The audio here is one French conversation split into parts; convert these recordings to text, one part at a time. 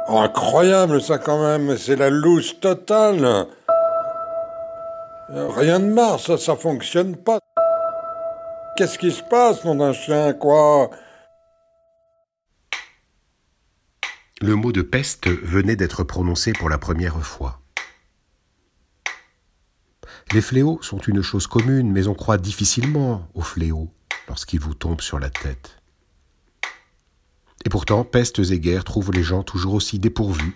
Oh, incroyable ça quand même, c'est la loose totale. Rien ne marche, ça fonctionne pas. Qu'est-ce qui se passe, nom d'un chien, quoi? Le mot de peste venait d'être prononcé pour la première fois. Les fléaux sont une chose commune, mais on croit difficilement aux fléaux lorsqu'ils vous tombent sur la tête. Et pourtant, pestes et guerres trouvent les gens toujours aussi dépourvus.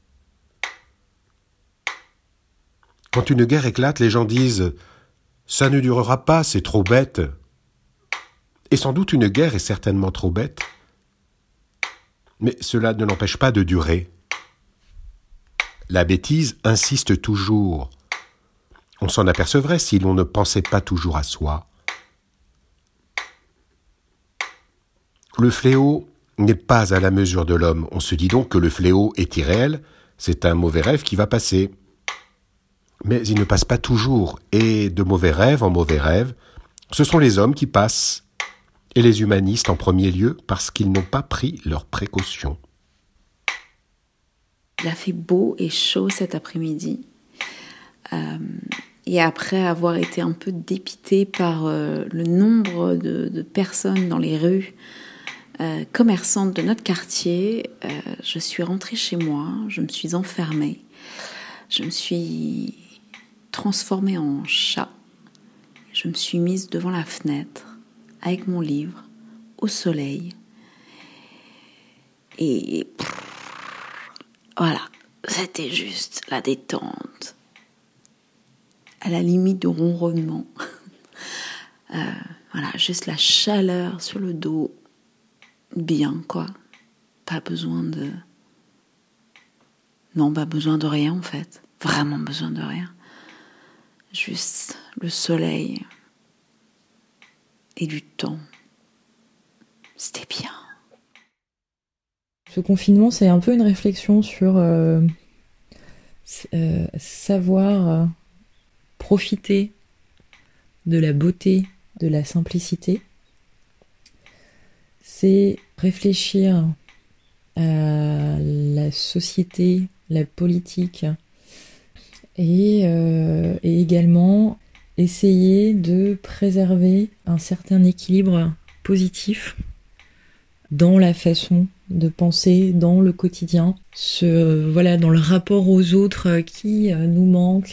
Quand une guerre éclate, les gens disent « ça ne durera pas, c'est trop bête ». Et sans doute une guerre est certainement trop bête, mais cela ne l'empêche pas de durer. La bêtise insiste toujours. On s'en apercevrait si l'on ne pensait pas toujours à soi. Le fléau n'est pas à la mesure de l'homme. On se dit donc que le fléau est irréel, c'est un mauvais rêve qui va passer. Mais il ne passe pas toujours, et de mauvais rêve en mauvais rêve, ce sont les hommes qui passent, et les humanistes en premier lieu, parce qu'ils n'ont pas pris leurs précautions. Il a fait beau et chaud cet après-midi. Et après avoir été un peu dépitée par le nombre de personnes dans les rues commerçantes de notre quartier, je suis rentrée chez moi, je me suis enfermée, je me suis transformée en chat, je me suis mise devant la fenêtre avec mon livre au soleil et voilà, c'était juste la détente, à la limite du ronronnement. Voilà, juste la chaleur sur le dos, bien quoi. Pas besoin de... Non, pas besoin de rien en fait. Vraiment besoin de rien. Juste le soleil et du temps. C'était bien. Ce confinement, c'est un peu une réflexion sur savoir profiter de la beauté, de la simplicité. C'est réfléchir à la société, la politique et également essayer de préserver un certain équilibre positif dans la façon de penser, dans le quotidien, dans le rapport aux autres qui nous manque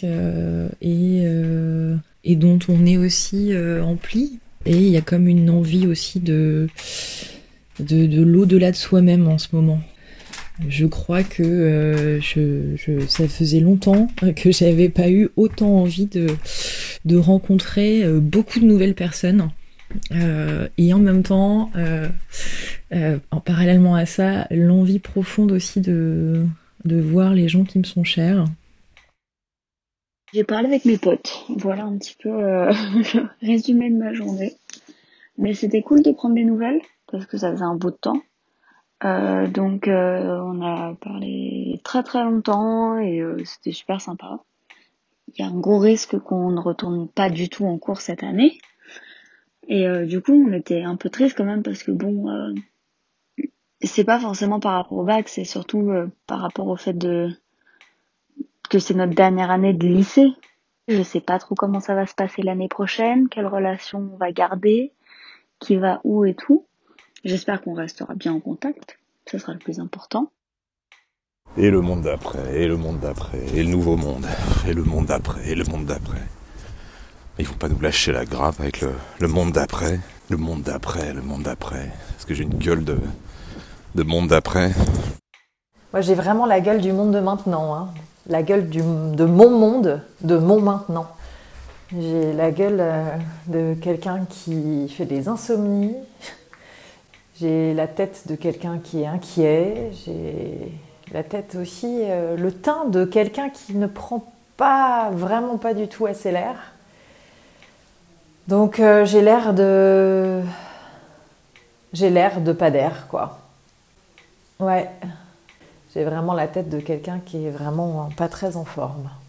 et dont on est aussi empli. Et il y a comme une envie aussi de l'au-delà de soi-même en ce moment. Je crois que ça faisait longtemps que j'avais pas eu autant envie de rencontrer beaucoup de nouvelles personnes. Et en même temps, parallèlement à ça, l'envie profonde aussi de voir les gens qui me sont chers. J'ai parlé avec mes potes, voilà un petit peu le résumé de ma journée. Mais c'était cool de prendre des nouvelles, parce que ça faisait un bout de temps. Donc on a parlé très très longtemps et c'était super sympa. Il y a un gros risque qu'on ne retourne pas du tout en cours cette année. Et du coup on était un peu triste quand même parce que bon, c'est pas forcément par rapport au bac, c'est surtout par rapport au fait que c'est notre dernière année de lycée. Je sais pas trop comment ça va se passer l'année prochaine, quelle relation on va garder, qui va où et tout. J'espère qu'on restera bien en contact, ça sera le plus important. Et le monde d'après, et le monde d'après, et le nouveau monde, et le monde d'après, et le monde d'après. Mais il faut pas nous lâcher la grappe avec le monde d'après, le monde d'après, le monde d'après. Parce que j'ai une gueule de monde d'après. Moi j'ai vraiment la gueule du monde de maintenant, hein. La gueule de mon monde, de mon maintenant. J'ai la gueule de quelqu'un qui fait des insomnies. J'ai la tête de quelqu'un qui est inquiet. J'ai la tête aussi, le teint de quelqu'un qui ne prend vraiment pas du tout assez l'air. Donc j'ai l'air de pas d'air, quoi. Ouais, j'ai vraiment la tête de quelqu'un qui est vraiment pas très en forme.